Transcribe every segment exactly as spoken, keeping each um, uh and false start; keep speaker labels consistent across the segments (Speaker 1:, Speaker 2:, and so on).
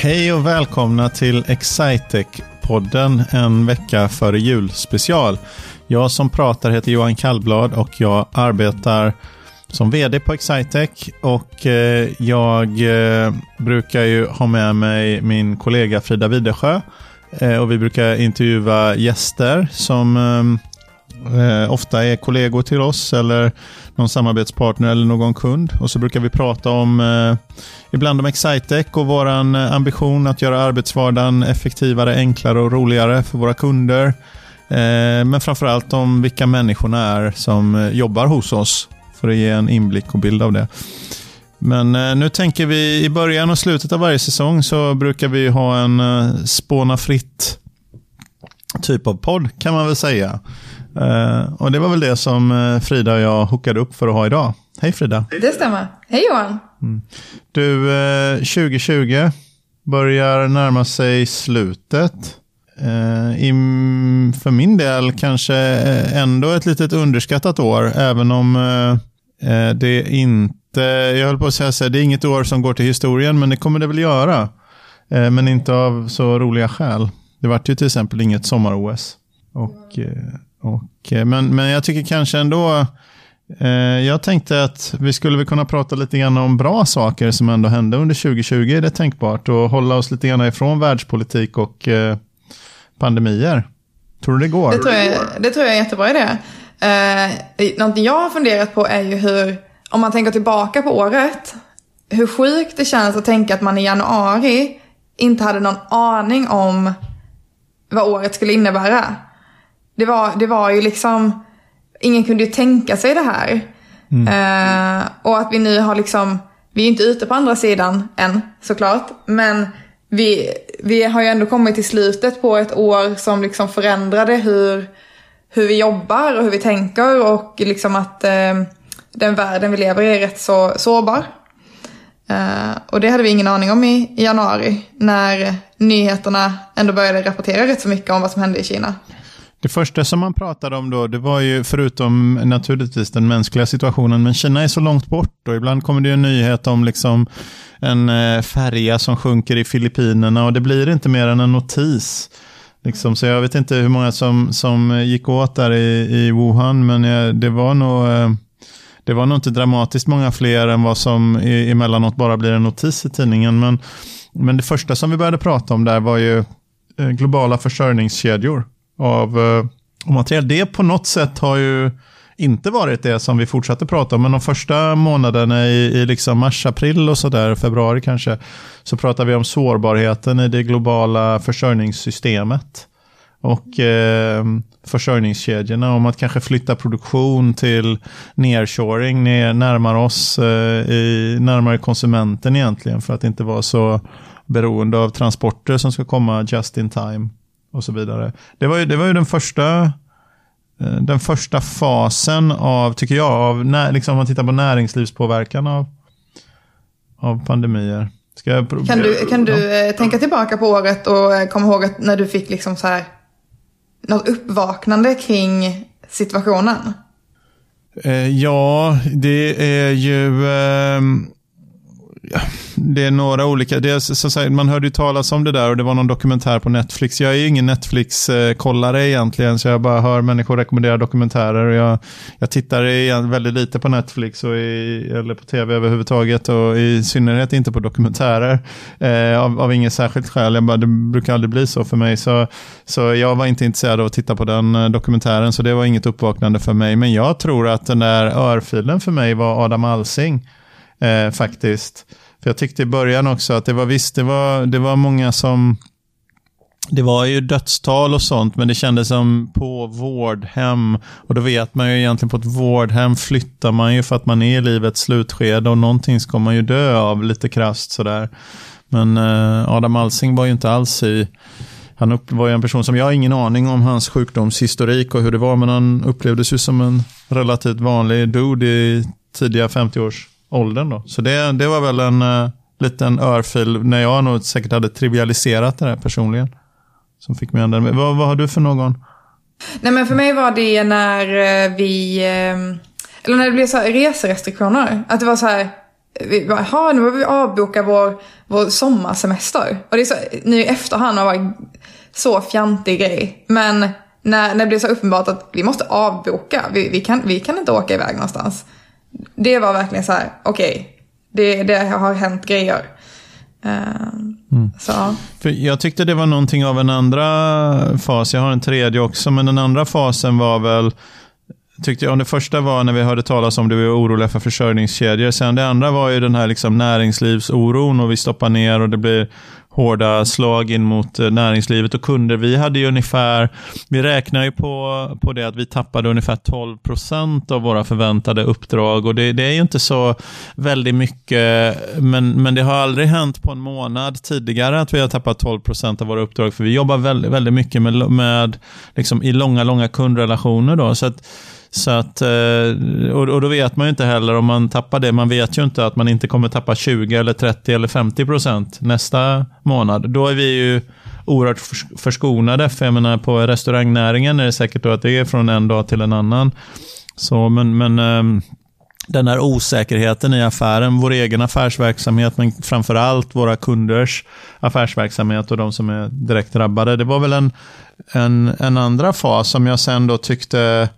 Speaker 1: Hej och välkomna till Excitec-podden, en vecka före jul special. Jag som pratar heter Johan Kallblad och jag arbetar som vd på Excitec, och eh, jag eh, brukar ju ha med mig min kollega Frida Widersjö, eh, och vi brukar intervjua gäster som eh, ofta är kollegor till oss eller någon samarbetspartner eller någon kund, och så brukar vi prata om eh, ibland om Excitec och våran ambition att göra arbetsvardagen effektivare, enklare och roligare för våra kunder, eh, men framförallt om vilka människorna är som jobbar hos oss, för att ge en inblick och bild av det. Men eh, nu tänker vi i början och slutet av varje säsong så brukar vi ha en eh, spåna fritt typ av podd, kan man väl säga. Eh, och det var väl det som eh, Frida och jag hookade upp för att ha idag. Hej Frida.
Speaker 2: Det stämmer. Hej Johan.
Speaker 1: Mm. Du, eh, tjugo tjugo börjar närma sig slutet. Eh, i, för min del kanske ändå ett litet underskattat år, även om eh, det inte, jag höll på att säga så här, det är inget år som går till historien, men det kommer det väl göra, eh, men inte av så roliga skäl. Det var ju till exempel inget sommar-O S, och, och, men, men jag tycker kanske ändå eh, jag tänkte att vi skulle väl kunna prata lite grann om bra saker som ändå hände under tjugo tjugo, är det tänkbart, och hålla oss lite grann ifrån världspolitik och eh, pandemier. Tror du det går?
Speaker 2: Det tror jag, det tror jag är en jättebra idé. Eh, någonting jag har funderat på är ju hur, om man tänker tillbaka på året, hur sjukt det känns att tänka att man i januari inte hade någon aning om vad året skulle innebära. Det var, det var ju liksom, ingen kunde ju tänka sig det här. Mm. Eh, och att vi nu har liksom, vi är inte ute på andra sidan än, såklart, men Vi, vi har ju ändå kommit till slutet på ett år som liksom förändrade hur, hur vi jobbar och hur vi tänker, och liksom att eh, den världen vi lever i är rätt så sårbar. Eh, och det hade vi ingen aning om i, i januari, när nyheterna ändå började rapportera rätt så mycket om vad som hände i Kina.
Speaker 1: Det första som man pratade om då, det var ju förutom naturligtvis den mänskliga situationen, men Kina är så långt bort, och ibland kommer det ju en nyhet om liksom en färja som sjunker i Filippinerna, och det blir inte mer än en notis. Liksom, så jag vet inte hur många som, som gick åt där i, i Wuhan, men det var nog det var nog inte dramatiskt många fler än vad som emellanåt bara blir en notis i tidningen. Men, men det första som vi började prata om där var ju globala försörjningskedjor av uh, material. Det på något sätt har ju inte varit det som vi fortsatte prata om, men de första månaderna i, i liksom mars, april och så där, februari kanske, så pratar vi om sårbarheten i det globala försörjningssystemet och eh, försörjningskedjorna, om att kanske flytta produktion till nearshoring, ner, närmare oss, eh, i, närmare konsumenten egentligen, för att inte vara så beroende av transporter som ska komma just in time och så vidare. Det var ju, det var ju den första den första fasen av, tycker jag, av när, liksom, om man tittar på näringslivspåverkan av, av pandemier. Ska jag pro-
Speaker 2: kan du, kan du ja. tänka tillbaka på året och komma ihåg att när du fick liksom så här något uppvaknande kring situationen?
Speaker 1: Eh, ja, det är ju eh, det är några olika, det är, så sagt, man hörde ju talas om det där, och det var någon dokumentär på Netflix. Jag är ju ingen Netflix-kollare egentligen, så jag bara hör människor rekommendera dokumentärer, och jag, jag tittar igen väldigt lite på Netflix och i, eller på tv överhuvudtaget, och i synnerhet inte på dokumentärer eh, av, av inget särskilt skäl. Jag bara, det brukar aldrig bli så för mig, så, så jag var inte intresserad av att titta på den dokumentären, så det var inget uppvaknande för mig. Men jag tror att den där örfilen för mig var Adam Alsing. Eh, faktiskt. För jag tyckte i början också att det var visst, det var, det var många som, det var ju dödstal och sånt, men det kändes som på vårdhem, och då vet man ju egentligen på ett vårdhem flyttar man ju för att man är i livets slutskede, och någonting ska man ju dö av, lite krasst sådär. Men eh, Adam Alsing var ju inte alls i, han upp, var ju en person som, jag har ingen aning om hans sjukdomshistorik och hur det var, men han upplevdes ju som en relativt vanlig dude i tidiga femtio-års åldern då. Så det, det var väl en uh, liten örfil när jag nog säkert hade trivialiserat det där personligen, som fick mig ändå. Vad, vad har du för någon?
Speaker 2: Nej, men för mig var det när vi eller när det blev så här reserestriktioner, att det var så här vi bara, jaha, nu behöver vi avboka vår, vår sommarsemester. Och det är så, nu i efterhand har varit så fjantig grej. Men när, när det blev så uppenbart att vi måste avboka, vi, vi, kan, vi kan inte åka iväg någonstans. Det var verkligen så här, okej, okay, det, det har hänt grejer.
Speaker 1: Mm.
Speaker 2: Så.
Speaker 1: För jag tyckte det var någonting av en andra fas. Jag har en tredje också, men den andra fasen var väl, tyckte jag, det första var när vi hörde talas om det, vi var oroliga för försörjningskedjor. Sen det andra var ju den här liksom näringslivsoron, och vi stoppar ner och det blir hårda slag in mot näringslivet och kunder. Vi hade ju ungefär, vi räknar ju på, på det att vi tappade ungefär tolv procent av våra förväntade uppdrag, och det, det är ju inte så väldigt mycket, men, men det har aldrig hänt på en månad tidigare att vi har tappat tolv procent av våra uppdrag, för vi jobbar väldigt, väldigt mycket med, med liksom i långa, långa kundrelationer då, så att Så att, och då vet man ju inte heller om man tappar det. Man vet ju inte att man inte kommer tappa tjugo eller trettio eller femtio procent nästa månad. Då är vi ju oerhört förskonade. För jag menar, på restaurangnäringen är det säkert då att det är från en dag till en annan. Så, men, men den här osäkerheten i affären, vår egen affärsverksamhet, men framförallt våra kunders affärsverksamhet och de som är direkt drabbade. Det var väl en, en, en andra fas som jag sen då tyckte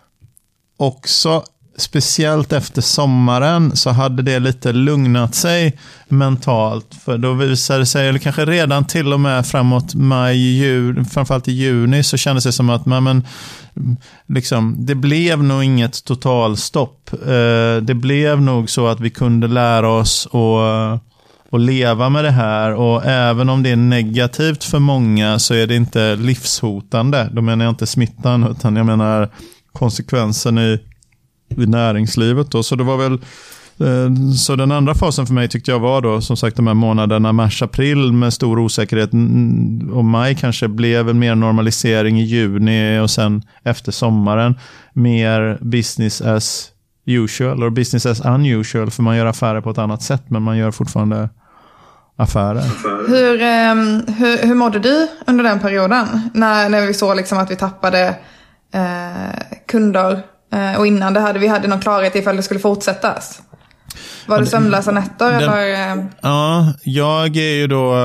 Speaker 1: också, speciellt efter sommaren, så hade det lite lugnat sig mentalt. För då visade det sig, eller kanske redan till och med framåt maj, juni, framförallt i juni, så kändes det som att man, men, liksom, det blev nog inget totalstopp. Eh, det blev nog så att vi kunde lära oss och, och leva med det här. Och även om det är negativt för många så är det inte livshotande. Då menar jag inte smittan, utan jag menar konsekvensen i, i näringslivet då. Så det var väl eh, så den andra fasen för mig tyckte jag var då, som sagt, de här månaderna mars-april med stor osäkerhet, och maj kanske blev en mer normalisering i juni, och sen efter sommaren mer business as usual, eller business as unusual, för man gör affärer på ett annat sätt, men man gör fortfarande affärer.
Speaker 2: Hur, eh, hur, hur mådde du under den perioden? När, när vi såg liksom att vi tappade Eh, kunder, eh, och innan det hade vi hade någon klarhet ifall det skulle fortsättas. Var det sömnlösa nätter den, eller? Eh...
Speaker 1: Ja, jag är ju då,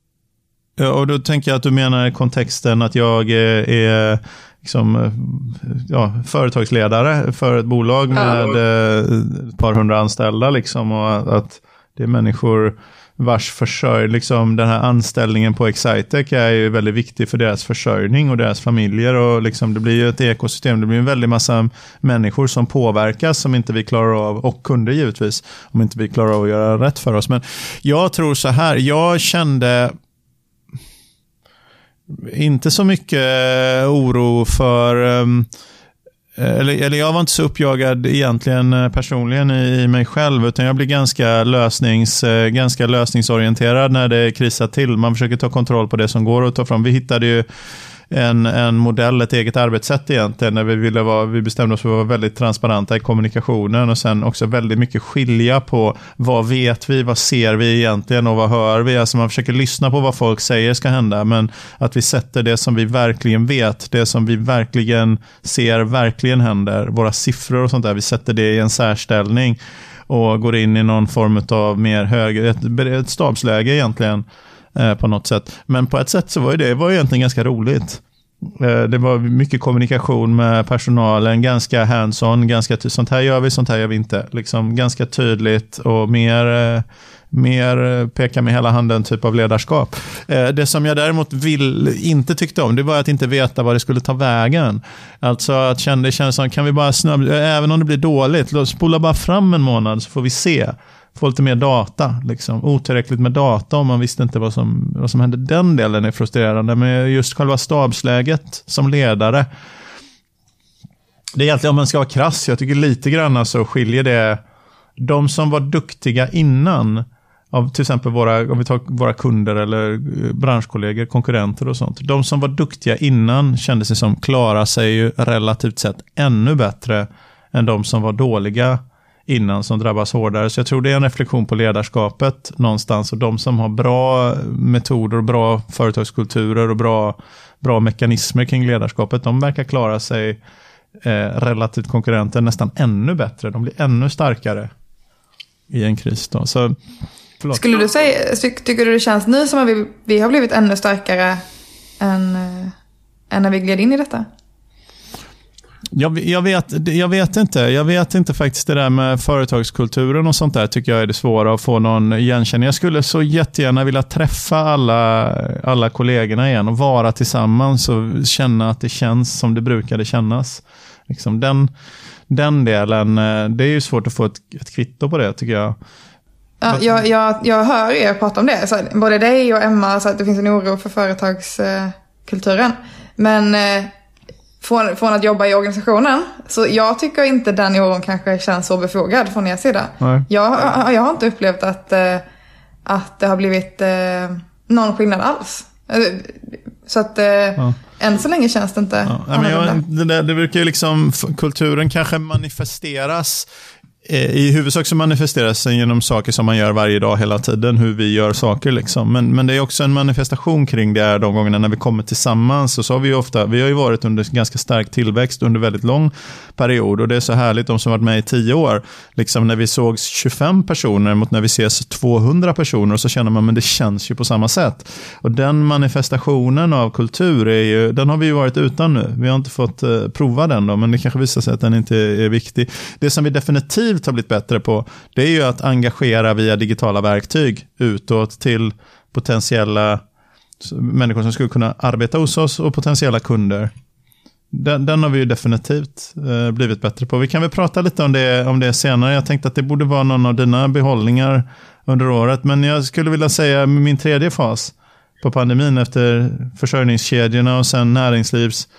Speaker 1: och då tänker jag att du menar i kontexten att jag är, är liksom, ja, företagsledare för ett bolag med ja. ett par hundra anställda liksom, och att det är människor vars försörjning, liksom den här anställningen på Excitec är ju väldigt viktig för deras försörjning och deras familjer, och liksom det blir ju ett ekosystem, det blir en väldigt massa människor som påverkas som inte vi klarar av, och kunder givetvis, om inte vi klarar av att göra rätt för oss. Men jag tror så här, jag kände inte så mycket oro för um, Eller, eller jag var inte så uppjagad egentligen personligen i, i mig själv, utan jag blir ganska, lösnings, ganska lösningsorienterad när det krisar till. Man försöker ta kontroll på det som går att ta fram. Vi hittade ju en, en modell, ett eget arbetssätt egentligen, när vi, ville vara, vi bestämde oss för att vara väldigt transparenta i kommunikationen, och sen också väldigt mycket skilja på vad vet vi, vad ser vi egentligen och vad hör vi. Alltså man försöker lyssna på vad folk säger ska hända, men att vi sätter det som vi verkligen vet, det som vi verkligen ser verkligen händer, våra siffror och sånt där, vi sätter det i en särställning och går in i någon form av mer högre, ett, ett stabsläge egentligen på något sätt. Men på ett sätt så var ju det var ju egentligen ganska roligt. Det var mycket kommunikation med personalen, ganska hands-on, ganska ty- sånt här gör vi, sånt här gör vi inte. Liksom ganska tydligt och mer, mer peka med hela handen typ av ledarskap. Det som jag däremot vill, inte tyckte om, det var att inte veta vad det skulle ta vägen. Alltså att känna, det kändes som, kan vi bara snabbt, även om det blir dåligt, låt spola bara fram en månad så får vi se. Få lite mer data, liksom. Otillräckligt med data om man visste inte vad som, vad som hände. Den delen är frustrerande, men just själva stabsläget som ledare, det är egentligen, om man ska vara krass, jag tycker lite grann så skiljer det de som var duktiga innan, av till exempel våra, om vi tar våra kunder eller branschkollegor, konkurrenter och sånt, de som var duktiga innan kände sig som klarar sig ju relativt sett ännu bättre än de som var dåliga innan, som drabbas hårdare. Så jag tror det är en reflektion på ledarskapet någonstans, och de som har bra metoder och bra företagskulturer och bra, bra mekanismer kring ledarskapet, de verkar klara sig eh, relativt konkurrenter nästan ännu bättre. De blir ännu starkare. i en kris då. Så, förlåt.
Speaker 2: Skulle du säga, tycker du det känns nu som att vi, vi har blivit ännu starkare än, än när vi gled in i detta?
Speaker 1: Jag, jag, vet, jag vet inte. Jag vet inte faktiskt det där med företagskulturen och sånt där tycker jag är det svåra att få någon igenkänning. Jag skulle så jättegärna vilja träffa alla, alla kollegorna igen och vara tillsammans och känna att det känns som det brukade kännas. Liksom den, den delen, det är ju svårt att få ett, ett kvitto på det tycker jag.
Speaker 2: Ja, jag, jag, jag hör er prata om det. Så både dig och Emma, så att det finns en oro för företagskulturen. Men från, från att jobba i organisationen, så jag tycker inte den oron kanske känns så befogad från er sida. Jag, jag har inte upplevt att, att det har blivit någon skillnad alls. Så att ja. Än så länge känns det inte.
Speaker 1: Ja, men jag, det, där, det brukar ju liksom, kulturen kanske manifesteras. I huvudsak så manifesteras den genom saker som man gör varje dag hela tiden, hur vi gör saker liksom. Men, men det är också en manifestation kring det de gångerna när vi kommer tillsammans. Och så har vi ju ofta, vi har ju varit under ganska stark tillväxt under väldigt lång period. Och det är så härligt, de som varit med i tio år, liksom när vi såg tjugofem personer mot när vi ses tvåhundra personer, och så känner man, men det känns ju på samma sätt. Och den manifestationen av kultur är ju, den har vi ju varit utan nu. Vi har inte fått uh, prova den då, men det kanske visar sig att den inte är viktig. Det som vi definitivt har blivit bättre på, det är ju att engagera via digitala verktyg utåt till potentiella människor som skulle kunna arbeta hos oss och potentiella kunder. Den, den har vi ju definitivt eh, blivit bättre på. Vi kan väl prata lite om det, om det senare. Jag tänkte att det borde vara någon av dina behållningar under året, men jag skulle vilja säga min tredje fas på pandemin efter försörjningskedjorna och sen näringslivs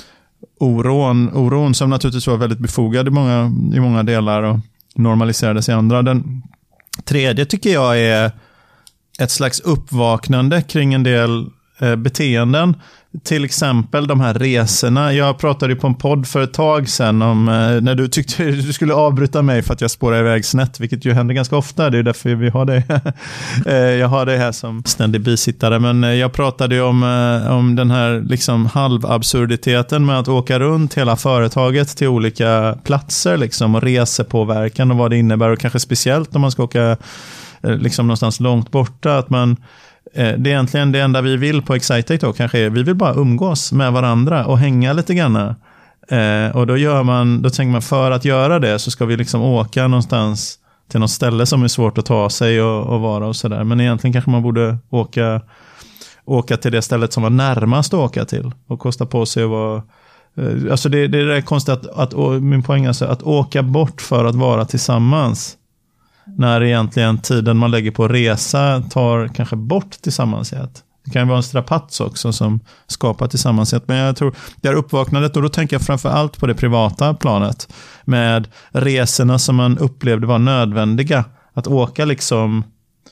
Speaker 1: Oron, oron som naturligtvis var väldigt befogad i många, i många delar och normaliserades i andra. Den tredje tycker jag är ett slags uppvaknande kring en del eh, beteenden. Till exempel de här resorna. Jag pratade ju på en podd för ett tag sedan om eh, när du tyckte du skulle avbryta mig för att jag spårar iväg snett, vilket ju händer ganska ofta. Det är därför vi har dig. eh, jag har dig här som ständig bisittare. Men eh, jag pratade ju om, eh, om den här liksom halvabsurditeten med att åka runt hela företaget till olika platser liksom, och resepåverkan och vad det innebär, och kanske speciellt om man ska åka eh, liksom någonstans långt borta, att man det är egentligen det enda vi vill på Excitec då kanske är, vi vill bara umgås med varandra och hänga lite grann. Eh, och då gör man, då tänker man, för att göra det så ska vi liksom åka någonstans till något ställe som är svårt att ta sig och, och vara och sådär. Men egentligen kanske man borde åka, åka till det stället som var närmast att åka till och kosta på sig att vara, eh, alltså det, det är konstigt att, att, att min poäng är alltså att åka bort för att vara tillsammans. När egentligen tiden man lägger på resa tar kanske bort tillsammansighet. Det kan ju vara en strapats också som skapar tillsammansighet. Men jag tror det är uppvaknandet, och då tänker jag framför allt på det privata planet. Med resorna som man upplevde var nödvändiga. Att åka liksom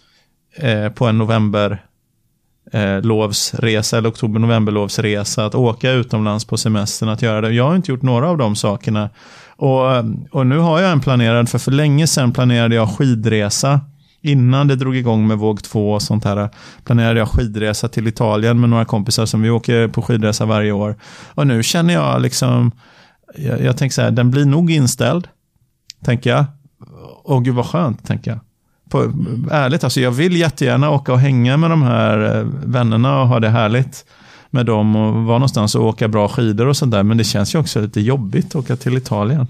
Speaker 1: eh, på en november eh, lovsresa eller oktober-novemberlovsresa. Att åka utomlands på semestern, att göra det. Jag har inte gjort några av de sakerna. Och, och nu har jag en planerad, för för länge sedan planerade jag skidresa. Innan det drog igång med våg två och sånt här, planerade jag skidresa till Italien med några kompisar som vi åker på skidresa varje år. Och nu känner jag liksom, jag, jag tänker så här, den blir nog inställd, tänker jag. Och gud vad skönt, tänker jag. På, ärligt, alltså jag vill jättegärna åka och hänga med de här vännerna och ha det härligt med dem och vara någonstans och åka bra skidor och sånt där. Men det känns ju också lite jobbigt att åka till Italien.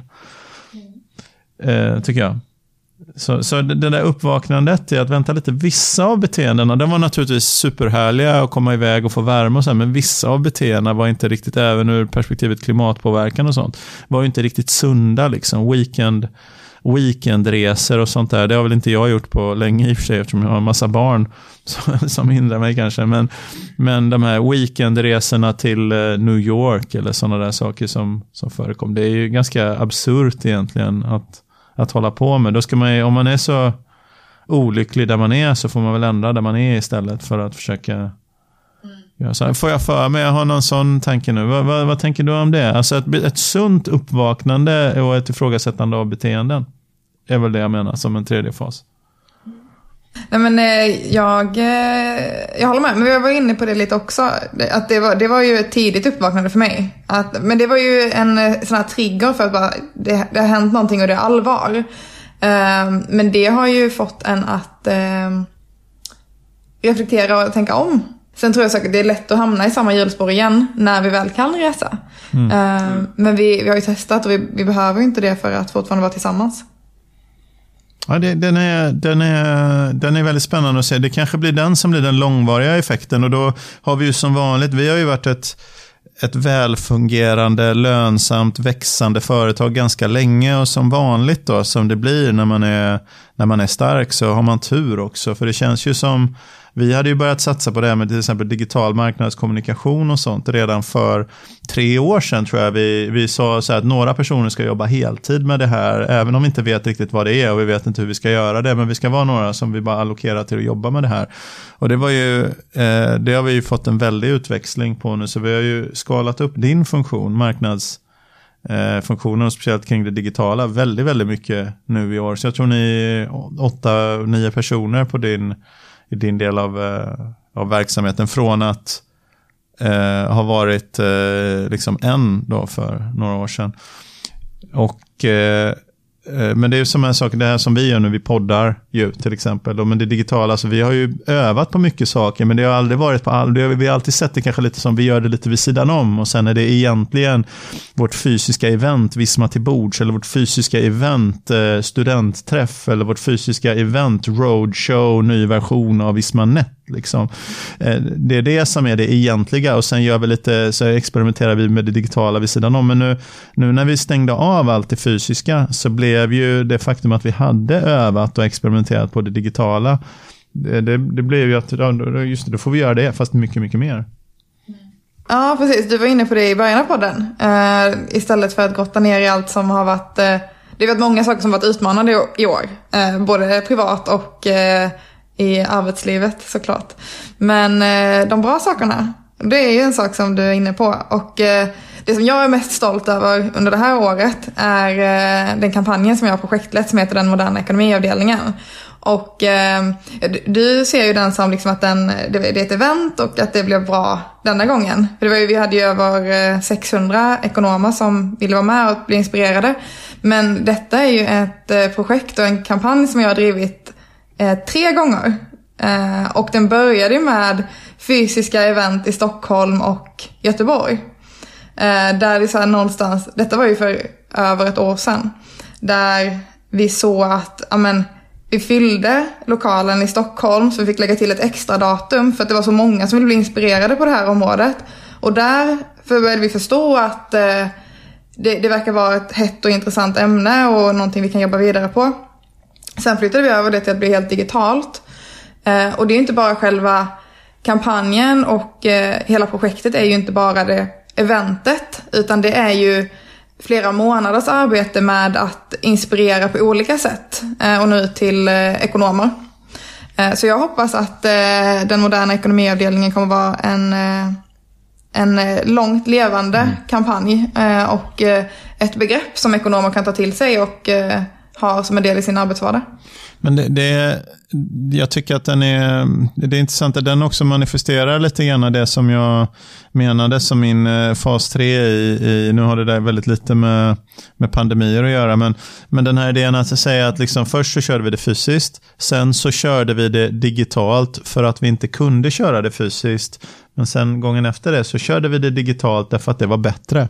Speaker 1: Mm. Eh, tycker jag. Så, så det, det där uppvaknandet är att vänta lite. Vissa av beteendena, de var naturligtvis superhärliga att komma iväg och få värme och så här, men vissa av beteendena var inte riktigt, även ur perspektivet klimatpåverkan och sånt, var ju inte riktigt sunda liksom. Weekend weekendresor och sånt där, det har väl inte jag gjort på länge i och för sig, eftersom jag har en massa barn som, som hindrar mig kanske, men, men de här weekendresorna till New York eller sådana där saker som, som förekom, det är ju ganska absurt egentligen att, att hålla på med. Då ska man, om man är så olycklig där man är, så får man väl ändra där man är istället för att försöka mm. göra så. Får jag för mig, jag har någon sån tanke nu. Vad, vad, vad tänker du om det? Alltså ett, ett sunt uppvaknande och ett ifrågasättande av beteenden är väl det jag menar som en tredje fas.
Speaker 2: Nej, men jag, jag håller med, men jag var inne på det lite också, att det var, det var ju ett tidigt uppvaknande för mig, att, men det var ju en sån här trigger för att bara, det, det har hänt någonting och det är allvar. Uh, men det har ju fått en att uh, reflektera och tänka om. Sen tror jag säkert det är lätt att hamna i samma hjulspår igen när vi väl kan resa. Mm. Uh, men vi, vi har ju testat och vi, vi behöver inte det för att fortfarande vara tillsammans.
Speaker 1: Ja, det, den, är, den, är, den är väldigt spännande att se. Det kanske blir den som blir den långvariga effekten. Och då har vi ju som vanligt, vi har ju varit ett, ett välfungerande, lönsamt, växande företag ganska länge. Och som vanligt då, som det blir när man är, när man är stark, så har man tur också. För det känns ju som, vi hade ju börjat satsa på det här med till exempel digital marknadskommunikation och sånt redan för tre år sedan tror jag. Vi, vi sa så här att några personer ska jobba heltid med det här, även om vi inte vet riktigt vad det är och vi vet inte hur vi ska göra det, men vi ska vara några som vi bara allokerar till att jobba med det här. Och det var ju, eh, det har vi ju fått en väldig utväxling på nu, så vi har ju skalat upp din funktion, marknads Eh, funktionen och speciellt kring det digitala väldigt, väldigt mycket nu i år. Så jag tror ni är åtta, nio personer på din, i din del av, eh, av verksamheten från att eh, ha varit eh, liksom en då för några år sedan. Och eh, men det är ju som en sak, det här som vi gör nu, vi poddar ju till exempel då, men det digitala, så vi har ju övat på mycket saker, men det har aldrig varit på all, vi har alltid sett det kanske lite som vi gör det lite vid sidan om, och sen är det egentligen vårt fysiska event Visma till bords, eller vårt fysiska event eh, studentträff, eller vårt fysiska event roadshow, ny version av Visma Net liksom. Eh, det är det som är det egentliga, och sen gör vi lite, så experimenterar vi med det digitala vid sidan om, men nu, nu när vi stängde av allt det fysiska så blev ju det faktum att vi hade övat och experimenterat på det digitala, det, det, det blev ju att just det, då får vi göra det fast mycket, mycket mer.
Speaker 2: Ja, precis. Du var inne på det i början av podden. Uh, istället för att grotta ner i allt som har varit, uh, det har varit många saker som varit utmanande i, i år, uh, både privat och uh, i arbetslivet såklart. Men uh, de bra sakerna, det är ju en sak som du är inne på, och uh, det som jag är mest stolt över under det här året är uh, den kampanjen som jag har projektlett som heter Den moderna ekonomiavdelningen. Och eh, du ser ju den som liksom att den, det, det är ett event och att det blev bra denna gången. För det var ju, vi hade ju över sexhundra ekonomer som ville vara med och bli inspirerade. Men detta är ju ett eh, projekt och en kampanj som jag har drivit eh, tre gånger. Eh, och den började med fysiska event i Stockholm och Göteborg. Eh, där det så här någonstans, detta var ju för över ett år sedan. Där vi såg att, amen, vi fyllde lokalen i Stockholm, så vi fick lägga till ett extra datum för att det var så många som ville bli inspirerade på det här området. Och där började vi förstå att eh, det, det verkar vara ett hett och intressant ämne och någonting vi kan jobba vidare på. Sen flyttade vi över det till att bli helt digitalt. Eh, och det är inte bara själva kampanjen och eh, hela projektet är ju inte bara det eventet, utan det är ju flera månaders arbete med att inspirera på olika sätt eh, och nå ut till eh, ekonomer. Eh, så jag hoppas att eh, den moderna ekonomiavdelningen kommer vara en, eh, en eh, långt levande mm. kampanj eh, och eh, ett begrepp som ekonomer kan ta till sig och eh, ha som en del i sin arbetsvardag.
Speaker 1: Men det, det, jag tycker att den är, det är intressant att den också manifesterar lite grann det som jag menade som min fas tre i, i nu har det där väldigt lite med, med pandemier att göra, men, men den här idén att säga att liksom först så körde vi det fysiskt, sen så körde vi det digitalt för att vi inte kunde köra det fysiskt, men sen gången efter det så körde vi det digitalt därför att det var bättre.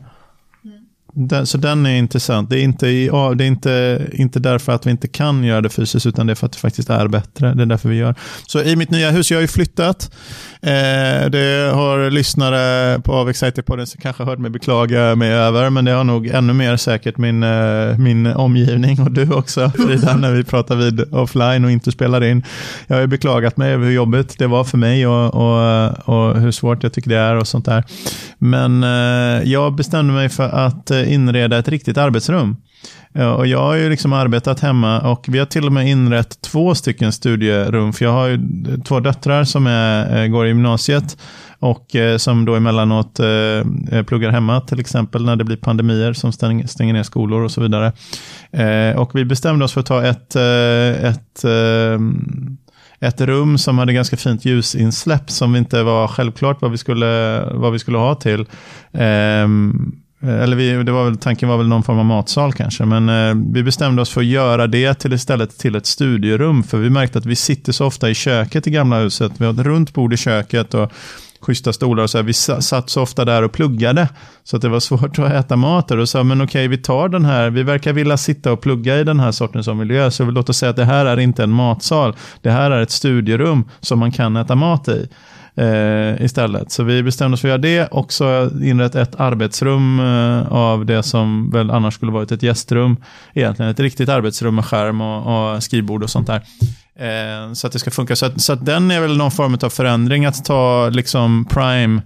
Speaker 1: Den, så den är intressant. Det är, inte, ja, det är inte, inte därför att vi inte kan göra det fysiskt, utan det är för att det faktiskt är bättre. Det är därför vi gör. Så i mitt nya hus, jag har ju flyttat. Eh, det har lyssnare på AvExciter-podden som kanske hört mig beklaga mig över, men det har nog ännu mer säkert min, eh, min omgivning och du också, Frida, när vi pratar vid offline och inte spelar in. Jag har ju beklagat mig över hur jobbigt det var för mig och, och, och hur svårt jag tycker det är och sånt där. Men eh, jag bestämde mig för att inreda ett riktigt arbetsrum. Och jag har ju liksom arbetat hemma och vi har till och med inrett två stycken studierum, för jag har ju två döttrar som är, går i gymnasiet och som då emellanåt eh, pluggar hemma, till exempel när det blir pandemier som stäng, stänger ner skolor och så vidare. Eh, och vi bestämde oss för att ta ett, ett eh, ett rum som hade ganska fint ljusinsläpp som inte var självklart vad vi skulle, vad vi skulle ha till. Eh, eller vi, det var väl, tanken var väl någon form av matsal kanske, men eh, vi bestämde oss för att göra det till istället till ett studierum, för vi märkte att vi sitter så ofta i köket i gamla huset, vi har ett runt bord i köket och schyssta stolar och så här. Vi satt så ofta där och pluggade så att det var svårt att äta mat och sa, men okej, vi tar den här, vi verkar vilja sitta och plugga i den här sortens av miljö, så låt oss säga att det här är inte en matsal, det här är ett studierum som man kan äta mat i eh, istället. Så vi bestämde oss för att göra det, också inrätt ett arbetsrum eh, av det som väl annars skulle varit ett gästrum, egentligen ett riktigt arbetsrum med skärm och, och skrivbord och sånt där. Eh, så att det ska funka. Så att, så att den är väl någon form av förändring, att ta liksom Prime,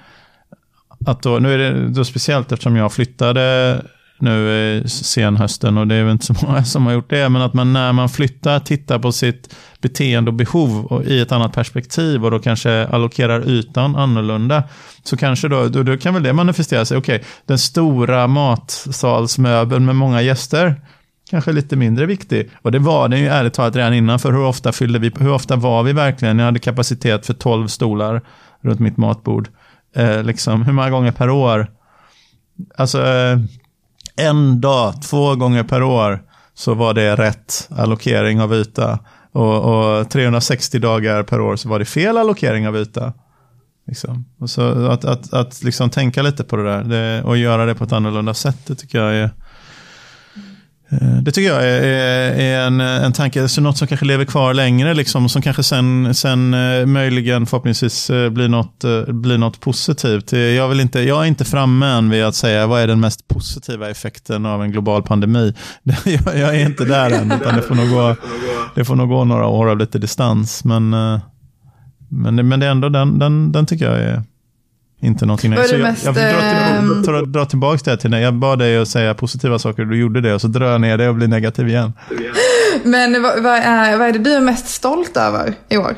Speaker 1: att då, nu är det då speciellt eftersom jag flyttade nu sen hösten och det är väl inte så många som har gjort det, men att man när man flyttar tittar på sitt beteende och behov och i ett annat perspektiv och då kanske allokerar ytan annorlunda, så kanske då, då, då kan väl det manifestera sig. Okej, den stora matsalsmöbeln med många gäster kanske lite mindre viktig. Och det var den ju ärligt talat redan innan, för hur ofta fyllde vi, hur ofta var vi verkligen? Jag hade kapacitet för tolv stolar runt mitt matbord. Eh, liksom, hur många gånger per år? Alltså eh, en dag, två gånger per år så var det rätt allokering av yta. Och, och trehundrasextio dagar per år så var det fel allokering av yta. Liksom. Och så att, att, att liksom tänka lite på det där det, och göra det på ett annorlunda sätt, det tycker jag är Det tycker jag är, är en, en tanke, så något som kanske lever kvar längre, liksom, som kanske sen, sen möjligen förhoppningsvis blir något, blir något positivt. Jag, vill inte, jag är inte framme än vid att säga vad är den mest positiva effekten av en global pandemi. Jag, jag är inte där än, utan det får nog gå, det får nog gå några år av lite distans. Men, men, men det är ändå den, den, den tycker jag är inte någonting. Så jag, mest, jag får dra, till, dra, dra tillbaka det till när jag bad dig att säga positiva saker, du gjorde det och så drar jag ner det och blir negativ igen.
Speaker 2: Men vad, vad, är, vad är det du är mest stolt över i år?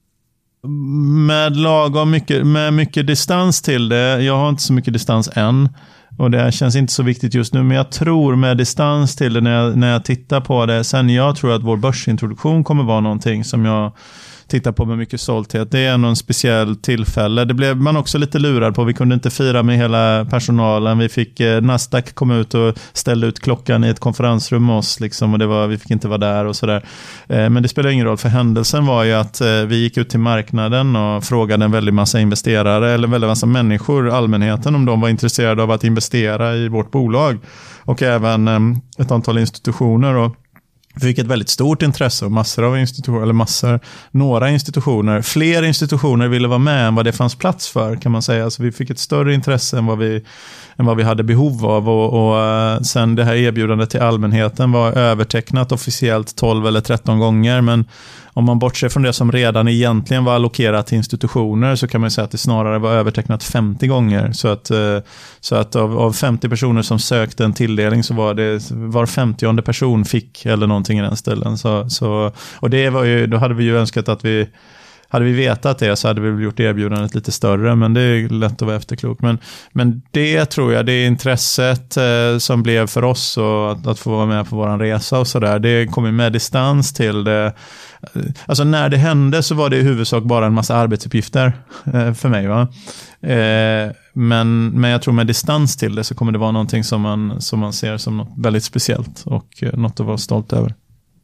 Speaker 1: Med lagom mycket, med mycket distans till det. Jag har inte så mycket distans än och det känns inte så viktigt just nu, men jag tror med distans till det när jag, när jag tittar på det sen, jag tror att vår börsintroduktion kommer vara någonting som jag tittar på med mycket stolthet. Det är någon speciell tillfälle. Det blev man också lite lurad på. Vi kunde inte fira med hela personalen. Vi fick eh, Nasdaq kom ut och ställde ut klockan i ett konferensrum med oss liksom, och det var, vi fick inte vara där och sådär. Eh, men det spelar ingen roll, för händelsen var ju att eh, vi gick ut till marknaden och frågade en väldigt massa investerare eller en väldigt massa människor, allmänheten, om de var intresserade av att investera i vårt bolag, och även eh, ett antal institutioner, och vi fick ett väldigt stort intresse och massor av institutioner, eller massor, några institutioner, fler institutioner ville vara med än vad det fanns plats för, kan man säga. Så vi fick ett större intresse än vad vi, än vad vi hade behov av, och, och sen det här erbjudandet till allmänheten var övertecknat officiellt tolv eller tretton gånger, men om man bortser från det som redan egentligen var allokerat till institutioner, så kan man säga att det snarare var övertecknat femtio gånger. Så att, så att av, av femtio personer som sökte en tilldelning så var det var femtionde person fick eller någonting i den ställen. Så, så, och det var ju, då hade vi ju önskat att vi hade vi vetat det så hade vi gjort erbjudandet lite större, men det är lätt att vara efterklok. Men, men det tror jag, det är intresset eh, som blev för oss, och att, att få vara med på våran resa och sådär, det kommer med distans till det. Alltså när det hände så var det i huvudsak bara en massa arbetsuppgifter eh, för mig, va? Eh, men, men jag tror med distans till det så kommer det vara någonting som man, som man ser som något väldigt speciellt och eh, något att vara stolt över.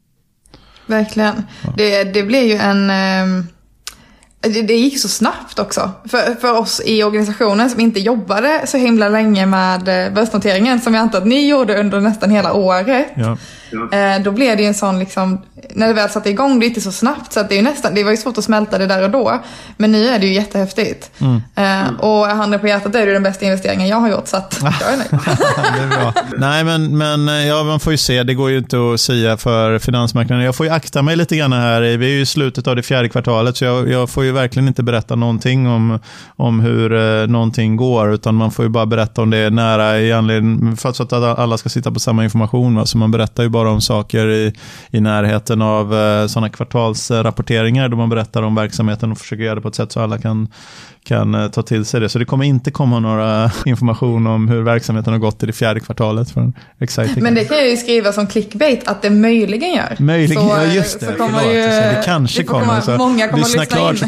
Speaker 2: Verkligen. Ja. Det, det blev ju en... Eh... Det, det gick så snabbt också för, för oss i organisationen som inte jobbade så himla länge med börsnoteringen, som jag antar att ni gjorde under nästan hela året. Ja. Eh, då blev det ju en sån liksom, när det väl satte igång, det gick så snabbt så att det, är ju nästan, det var ju svårt att smälta det där och då, men nu är det ju jättehäftigt. Mm. Eh, och handen på hjärtat, det är ju den bästa investeringen jag har gjort, så att jag är nöjd.
Speaker 1: Det är bra. Nej, men, men ja, man får ju se, det går ju inte att säga för finansmarknaden. Jag får ju akta mig lite grann här, vi är ju i slutet av det fjärde kvartalet, så jag, jag får ju verkligen inte berätta någonting om, om hur eh, någonting går, utan man får ju bara berätta om det är nära i anledning, för att alla ska sitta på samma information, va? Så man berättar ju bara om saker i, i närheten av eh, sådana kvartalsrapporteringar då man berättar om verksamheten och försöker göra det på ett sätt så alla kan, kan eh, ta till sig det. Så det kommer inte komma några information om hur verksamheten har gått i det fjärde kvartalet från Exciting.
Speaker 2: Men det kan jag ju skriva som clickbait att det möjligen gör.
Speaker 1: Möjligen,
Speaker 2: så,
Speaker 1: ja just det.
Speaker 2: Så kommer ju,
Speaker 1: det kanske det kommer.
Speaker 2: komma,
Speaker 1: så
Speaker 2: många kommer
Speaker 1: lyssna
Speaker 2: lyssna
Speaker 1: klart
Speaker 2: in.
Speaker 1: Så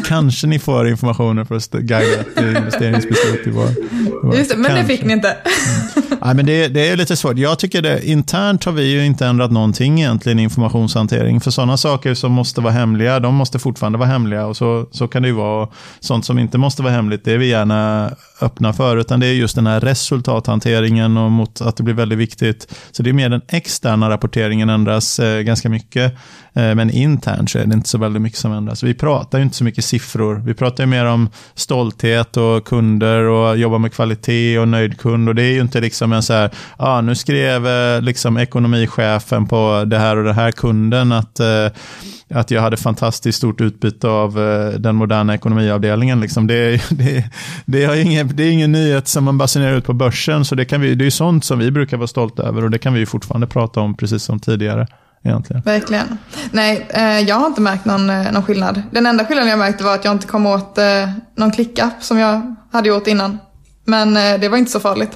Speaker 1: kanske ni får informationer för att guida ett investeringsbeslut i vår.
Speaker 2: Just det, men kanske. Det fick ni inte.
Speaker 1: Mm. Nej, men det, det är lite svårt. Jag tycker det, internt har vi ju inte ändrat någonting egentligen i informationshantering. För sådana saker som måste vara hemliga, de måste fortfarande vara hemliga. Och så, så kan det ju vara. Sånt som inte måste vara hemligt, det är vi gärna öppna för. Utan det är just den här resultathanteringen och mot att det blir väldigt viktigt. Så det är mer den externa rapporteringen ändras eh, ganska mycket. Eh, men internt så är det inte så väldigt mycket som ändras. Vi pratar ju inte så mycket siffror. Vi pratar ju mer om stolthet och kunder och jobba med kvalitet och nöjd kund. Och det är ju inte liksom en så här, ah, nu skrev eh, liksom ekonomichefen på det här och det här kunden att, eh, att jag hade fantastiskt stort utbyte av eh, den moderna ekonomiavdelningen. Liksom. Det, det, det, är ingen, det är ingen nyhet som man basunerar ut på börsen, så det, kan vi, det är ju sånt som vi brukar vara stolta över, och det kan vi ju fortfarande prata om precis som tidigare. Egentligen.
Speaker 2: Verkligen. Nej, eh, jag har inte märkt någon, eh, någon skillnad. Den enda skillnaden jag märkte var att jag inte kom åt eh, någon klickapp som jag hade gjort innan. Men eh, det var inte så farligt.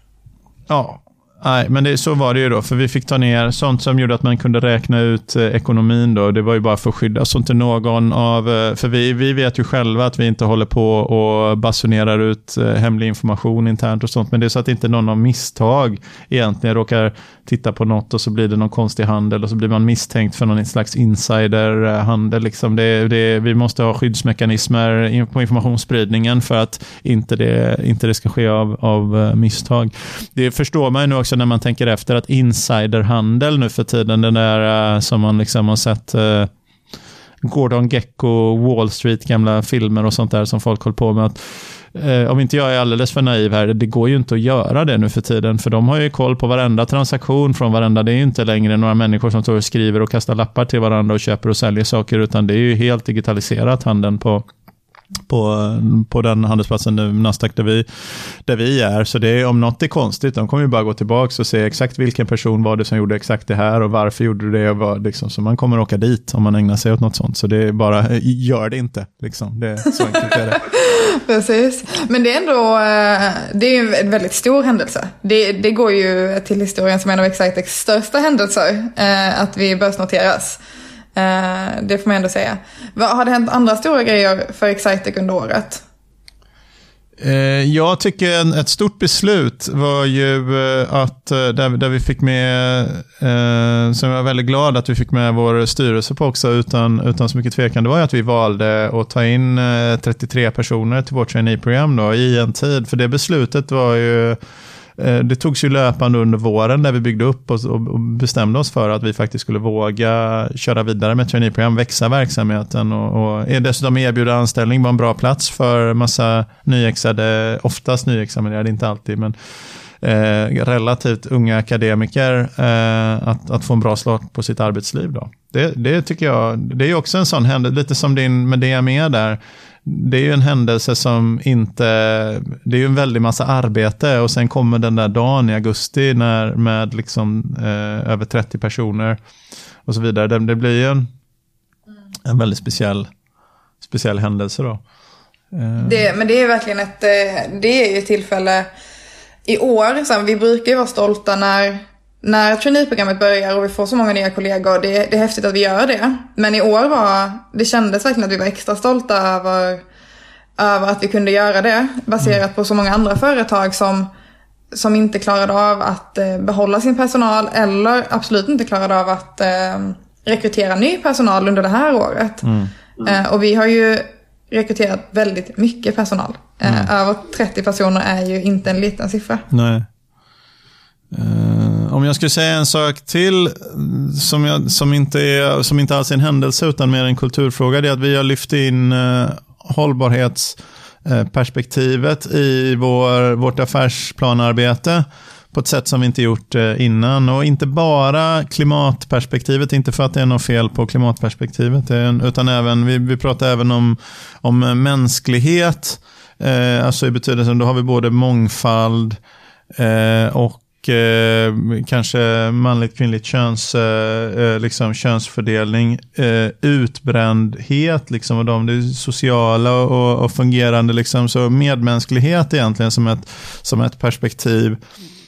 Speaker 1: Ja, nej, men det, så var det ju då. För vi fick ta ner sånt som gjorde att man kunde räkna ut eh, ekonomin då. Det var ju bara för att skydda så inte någon av... Eh, för vi, vi vet ju själva att vi inte håller på och basunerar ut eh, hemlig information internt och sånt. Men det är så att inte någon av misstag egentligen råkar titta på något och så blir det någon konstig handel och så blir man misstänkt för någon slags insiderhandel. Liksom det, det, vi måste ha skyddsmekanismer på informationsspridningen för att inte det, inte det ska ske av, av misstag. Det förstår man ju nu också när man tänker efter att insiderhandel nu för tiden, den där som man liksom har sett uh, Gordon Gekko, Wall Street, gamla filmer och sånt där som folk håller på med, att Eh, om inte jag är alldeles för naiv här, det går ju inte att göra det nu för tiden, för de har ju koll på varenda transaktion från varenda. Det är ju inte längre några människor som står och skriver och kastar lappar till varandra och köper och säljer saker, utan det är ju helt digitaliserat handeln på på, på den handelsplatsen nu, Nasdaq, där vi, där vi är. Så det är, om något är konstigt, de kommer ju bara gå tillbaka och se exakt vilken person var det som gjorde exakt det här och varför gjorde det, och var, liksom, så man kommer åka dit om man ägnar sig åt något sånt. Så det är bara, gör det inte liksom. Det är så enkelt är det.
Speaker 2: Precis, men det är ändå det är ju en väldigt stor händelse. Det, det går ju till historien som en av Excitex största händelser, att vi börsnoteras. Det får man ändå säga. Har det hänt andra stora grejer för Excitec under året?
Speaker 1: Jag tycker ett stort beslut var ju att där, där vi fick med, som jag är väldigt glad att vi fick med vår styrelse på också utan, utan så mycket tvekan, det var ju att vi valde att ta in trettiotre personer till vårt trainee-program då, i en tid. För det beslutet var ju, det togs ju löpande under våren där vi byggde upp oss och bestämde oss för att vi faktiskt skulle våga köra vidare med traineeprogram, växa verksamheten och, och är dessutom erbjuda anställning var en bra plats för massa nyexade, oftast nyexaminerade, inte alltid, men eh, relativt unga akademiker eh, att, att få en bra start på sitt arbetsliv då. Det, det tycker jag, det är ju också en sån händelse, lite som din med D M E där. Det är ju en händelse som inte, det är ju en väldig massa arbete och sen kommer den där dagen i augusti när, med liksom eh, över trettio personer och så vidare. Det, det blir ju en, en väldigt speciell, speciell händelse då. Eh.
Speaker 2: Det, men det är verkligen ett, det är ju ett tillfälle i år, så vi brukar ju vara stolta när När traineeprogrammet börjar och vi får så många nya kollegor, det, det är häftigt att vi gör det. Men i år var, det kändes verkligen att vi var extra stolta över, över att vi kunde göra det. Baserat mm. på så många andra företag som, som inte klarade av att eh, behålla sin personal eller absolut inte klarade av att eh, rekrytera ny personal under det här året. Mm. Mm. Eh, och vi har ju rekryterat väldigt mycket personal. Eh, mm. Över trettio personer är ju inte en liten siffra.
Speaker 1: Nej. Uh, om jag skulle säga en sak till som, jag, som, inte är, som inte alls är en händelse utan mer en kulturfråga, det är att vi har lyft in uh, hållbarhetsperspektivet uh, i vår, vårt affärsplanarbete på ett sätt som vi inte gjort uh, innan. Och inte bara klimatperspektivet, inte för att det är något fel på klimatperspektivet, utan även, vi, vi pratar även om, om mänsklighet, uh, alltså i betydelsen, då har vi både mångfald uh, och Eh, kanske manligt kvinnligt köns, eh, liksom könsfördelning, eh, utbrändhet liksom, och de det sociala och, och fungerande liksom, så medmänsklighet egentligen som ett, som ett perspektiv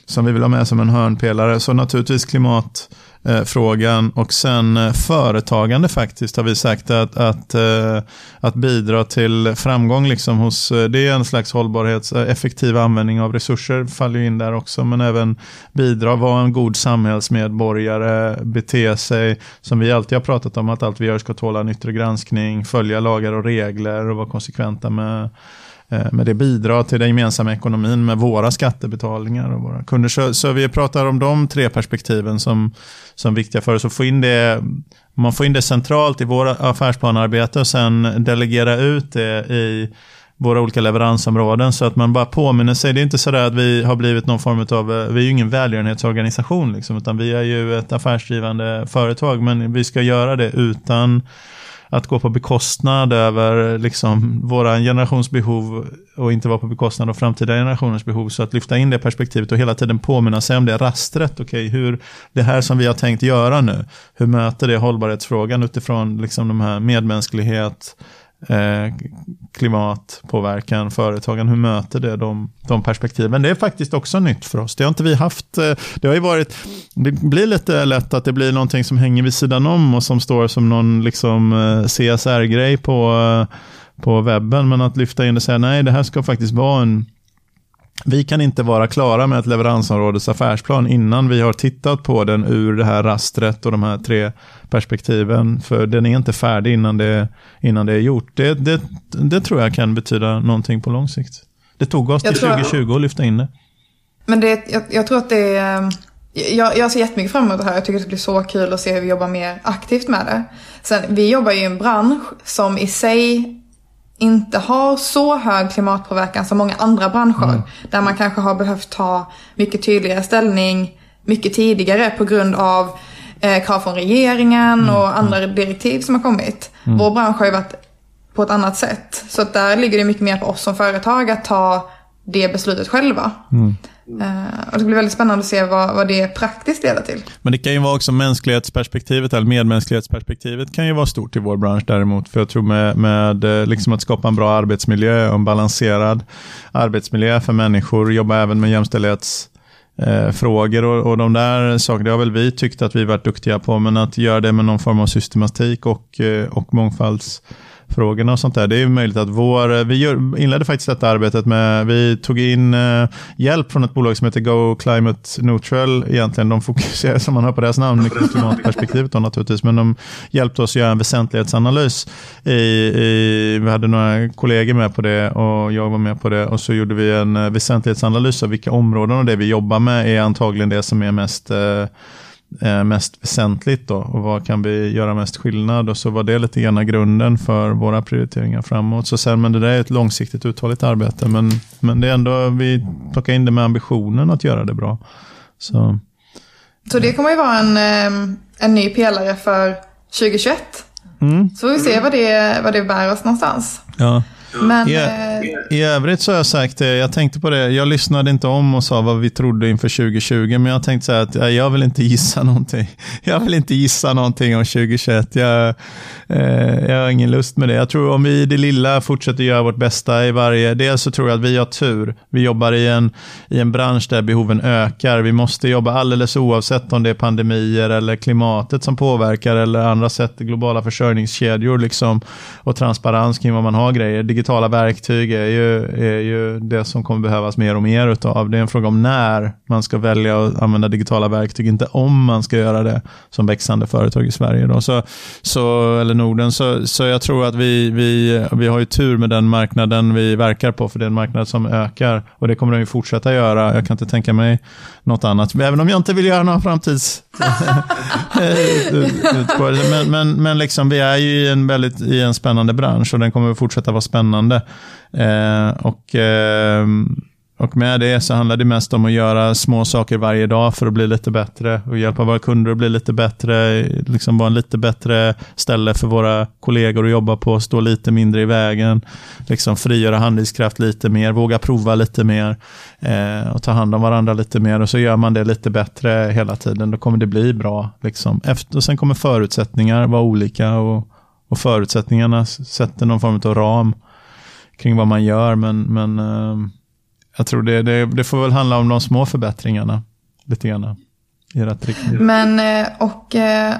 Speaker 1: som vi vill ha med som en hörnpelare. Så naturligtvis klimatfrågan och sen företagande faktiskt har vi sagt att, att, att bidra till framgång liksom hos, det är en slags hållbarhets, effektiv användning av resurser faller in där också, men även bidra, vara en god samhällsmedborgare, bete sig som vi alltid har pratat om, att allt vi gör ska tåla en yttre granskning, följa lagar och regler och vara konsekventa med med det, bidra till den gemensamma ekonomin med våra skattebetalningar och våra kunder. Så, så vi pratar om de tre perspektiven som, som viktiga för oss att få in det, man får in det centralt i våra affärsplanarbete och sen delegera ut det i våra olika leveransområden så att man bara påminner sig. Det är inte så där att vi har blivit någon form av, vi är ju ingen välgörenhetsorganisation liksom, utan vi är ju ett affärsdrivande företag, men vi ska göra det utan att gå på bekostnad över liksom våra generations behov och inte vara på bekostnad av framtida generationers behov. Så att lyfta in det perspektivet och hela tiden påminna sig om det rastret. Okej, okay, hur det här som vi har tänkt göra nu, hur möter det hållbarhetsfrågan utifrån liksom de här medmänsklighet, eh, klimatpåverkan, företagen, hur möter det de, de perspektiven? Det är faktiskt också nytt för oss. Det har inte vi haft, det har ju varit, det blir lite lätt att det blir någonting som hänger vid sidan om och som står som någon liksom C S R-grej på, på webben, men att lyfta in det och säga nej, det här ska faktiskt vara en, vi kan inte vara klara med ett leveransområdes affärsplan innan vi har tittat på den ur det här rastret och de här tre perspektiven, för den är inte färdig innan det, innan det är gjort. Det, det, det tror jag kan betyda någonting på lång sikt. Det tog oss till tjugo tjugo att lyfta in det.
Speaker 2: Men det, jag, jag tror att det är, jag, jag ser jättemycket fram emot det här. Jag tycker att det blir så kul att se hur vi jobbar mer aktivt med det. Sen, vi jobbar ju i en bransch som i sig inte har så hög klimatpåverkan som många andra branscher. Mm. Där man kanske har behövt ta mycket tydligare ställning mycket tidigare på grund av eh, krav från regeringen mm. och andra mm. direktiv som har kommit. Mm. Vår bransch har ju varit på ett annat sätt. Så att där ligger det mycket mer på oss som företag att ta det beslutet själva. Mm. Uh, och det blir väldigt spännande att se vad, vad det praktiskt leder till.
Speaker 1: Men det kan ju vara också mänsklighetsperspektivet eller medmänsklighetsperspektivet kan ju vara stort i vår bransch däremot, för jag tror med, med liksom att skapa en bra arbetsmiljö och en balanserad arbetsmiljö för människor, jobba även med jämställdhetsfrågor eh, och, och de där sakerna, det har väl vi tyckt att vi varit duktiga på, men att göra det med någon form av systematik och, och mångfalds frågorna och sånt där. Det är möjligt att vår, vi gör, inledde faktiskt detta arbetet med, vi tog in uh, hjälp från ett bolag som heter Go Climate Neutral egentligen. De fokuserar, som man hör på deras namn, mycket på klimatperspektivet då naturligtvis, men de hjälpte oss att göra en väsentlighetsanalys. I, i, vi hade några kollegor med på det och jag var med på det och så gjorde vi en uh, väsentlighetsanalys av vilka områden och det vi jobbar med är antagligen det som är mest uh, mest väsentligt då och vad kan vi göra mest skillnad, och så var det lite grann grunden för våra prioriteringar framåt. Så sen, men det där är ett långsiktigt uthålligt arbete, men, men det är ändå, vi plockar in det med ambitionen att göra det bra. Så,
Speaker 2: så det kommer ju vara en, en ny pelare för tjugo tjugoett. Mm. Så vi ser vad det, vad det bär oss någonstans.
Speaker 1: Ja.
Speaker 2: Men,
Speaker 1: I, I övrigt så har jag sagt det, jag tänkte på det, jag lyssnade inte om och sa vad vi trodde inför tjugo tjugo, men jag tänkte säga att jag vill inte gissa någonting. Jag vill inte gissa någonting om tjugo tjugoett. Jag, eh, jag har ingen lust med det. Jag tror om vi i det lilla fortsätter göra vårt bästa i varje del, så tror jag att vi har tur. Vi jobbar i en, i en bransch där behoven ökar. Vi måste jobba alldeles oavsett om det är pandemier eller klimatet som påverkar eller andra sätt, globala försörjningskedjor liksom, och transparens kring vad man har grejer. Digitala verktyg är ju, är ju det som kommer behövas mer och mer utav. Det är en fråga om när man ska välja att använda digitala verktyg, inte om man ska göra det som växande företag i Sverige då. Så, så, eller Norden. Så, så jag tror att vi, vi, vi har ju tur med den marknaden vi verkar på, för det är en marknad som ökar och det kommer den ju fortsätta göra. Jag kan inte tänka mig något annat, även om jag inte vill göra någon framtids men, men, men liksom vi är ju i en väldigt i en spännande bransch och den kommer fortsätta vara spännande eh, och eh, och med det så handlar det mest om att göra små saker varje dag för att bli lite bättre och hjälpa våra kunder att bli lite bättre, liksom vara en lite bättre ställe för våra kollegor att jobba på, stå lite mindre i vägen, liksom frigöra handlingskraft lite mer, våga prova lite mer eh, och ta hand om varandra lite mer, och så gör man det lite bättre hela tiden, då kommer det bli bra liksom. Efter, och sen kommer förutsättningar vara olika och, och förutsättningarna sätter någon form av ram kring vad man gör, men, men eh, jag tror det, det, det får väl handla om de små förbättringarna lite grann i rätt riktning.
Speaker 2: Men och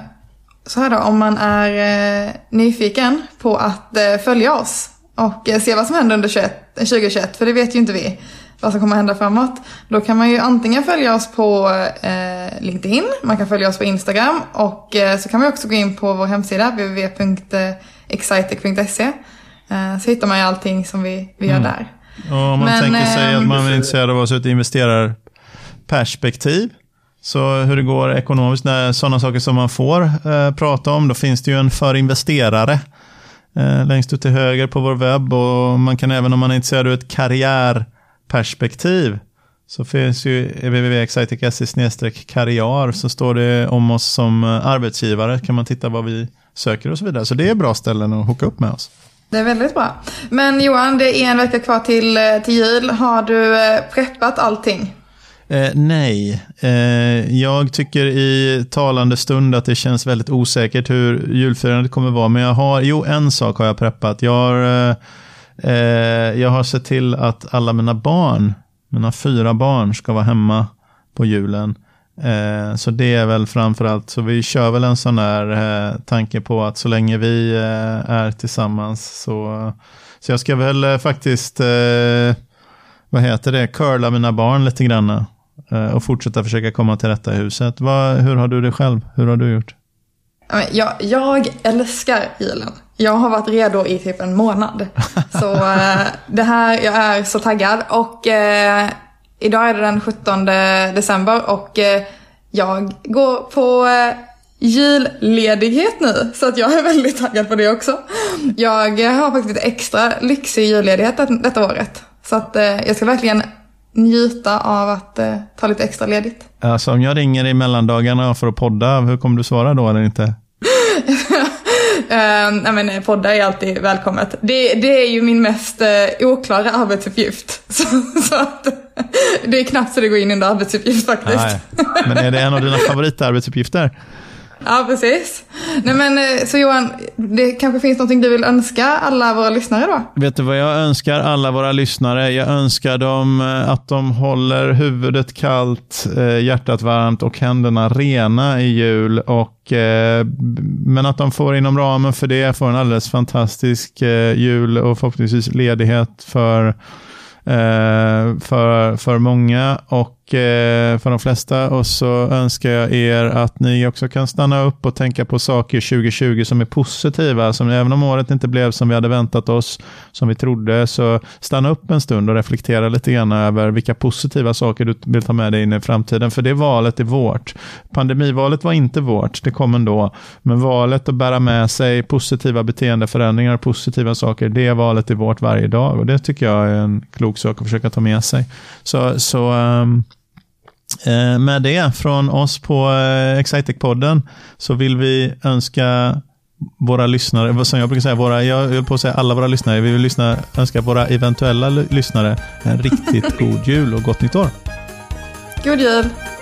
Speaker 2: så här då, om man är nyfiken på att följa oss och se vad som händer under tjugo tjugoett, för det vet ju inte vi vad som kommer hända framåt. Då kan man ju antingen följa oss på eh, LinkedIn, man kan följa oss på Instagram och eh, så kan man också gå in på vår hemsida w w w punkt excitec punkt se. Eh, så hittar man ju allting som vi, vi gör mm. där.
Speaker 1: Och om man Men, tänker sig eh, att man är intresserad av oss ur ett investerarperspektiv, så hur det går ekonomiskt, när sådana saker som man får eh, prata om, då finns det ju en för investerare eh, längst ut till höger på vår webb, och man kan även, om man är intresserad av ett karriärperspektiv, så finns ju w w w punkt excitec punkt se slash karriär, så står det om oss som arbetsgivare, kan man titta vad vi söker och så vidare. Så det är bra ställen att hooka upp med oss.
Speaker 2: Det är väldigt bra. Men Johan, det är en vecka kvar till, till jul. Har du preppat allting?
Speaker 1: Eh, nej, eh, jag tycker i talande stund att det känns väldigt osäkert hur julfirandet kommer vara. Men jag har, jo en sak har jag preppat. Jag har, eh, jag har sett till att alla mina barn, mina fyra barn, ska vara hemma på julen. Eh, så det är väl framförallt, så vi kör väl en sån här eh, tanke på att så länge vi eh, är tillsammans så, så jag ska väl eh, faktiskt eh, vad heter det, curla mina barn lite grann och fortsätta försöka komma till rätta i huset. Vad, hur har du det själv? Hur har du gjort?
Speaker 2: Jag, jag älskar julen. Jag har varit redo i typ en månad. Så det här, jag är så taggad. Och eh, idag är det den sjuttonde december och eh, jag går på eh, julledighet nu. Så att jag är väldigt taggad på det också. Jag har faktiskt ett extra lyxig julledighet detta året. Så att eh, jag ska verkligen njuta av att eh, ta lite extra ledigt.
Speaker 1: Alltså om jag ringer i mellandagarna för att podda, hur kommer du svara då eller inte?
Speaker 2: uh, nej men podda är alltid välkommet. Det, det är ju min mest uh, oklara arbetsuppgift. Så, så att, det är knappt så det går in i en arbetsuppgift faktiskt.
Speaker 1: Nej, men är det en av dina favoritarbetsuppgifter?
Speaker 2: Ja, precis. Nej men så Johan, det kanske finns någonting du vill önska alla våra lyssnare då?
Speaker 1: Vet du vad jag önskar alla våra lyssnare? Jag önskar dem att de håller huvudet kallt, hjärtat varmt och händerna rena i jul. Och, men att de får inom ramen för det får en alldeles fantastisk jul och förhoppningsvis ledighet för, för, för många och för de flesta. Och så önskar jag er att ni också kan stanna upp och tänka på saker tjugo tjugo som är positiva, som även om året inte blev som vi hade väntat oss, som vi trodde, så stanna upp en stund och reflektera lite grann över vilka positiva saker du vill ta med dig in i framtiden, för det valet är vårt. Pandemivalet var inte vårt, det kom ändå, men valet att bära med sig positiva beteendeförändringar och positiva saker, det valet är vårt varje dag, och det tycker jag är en klok sak att försöka ta med sig. Så, så um med det från oss på Excitec-podden så vill vi önska våra lyssnare, som jag brukar säga, våra, jag vill på att säga alla våra lyssnare, vi vill lyssna, önska våra eventuella lyssnare en riktigt god jul och gott nytt år.
Speaker 2: God jul!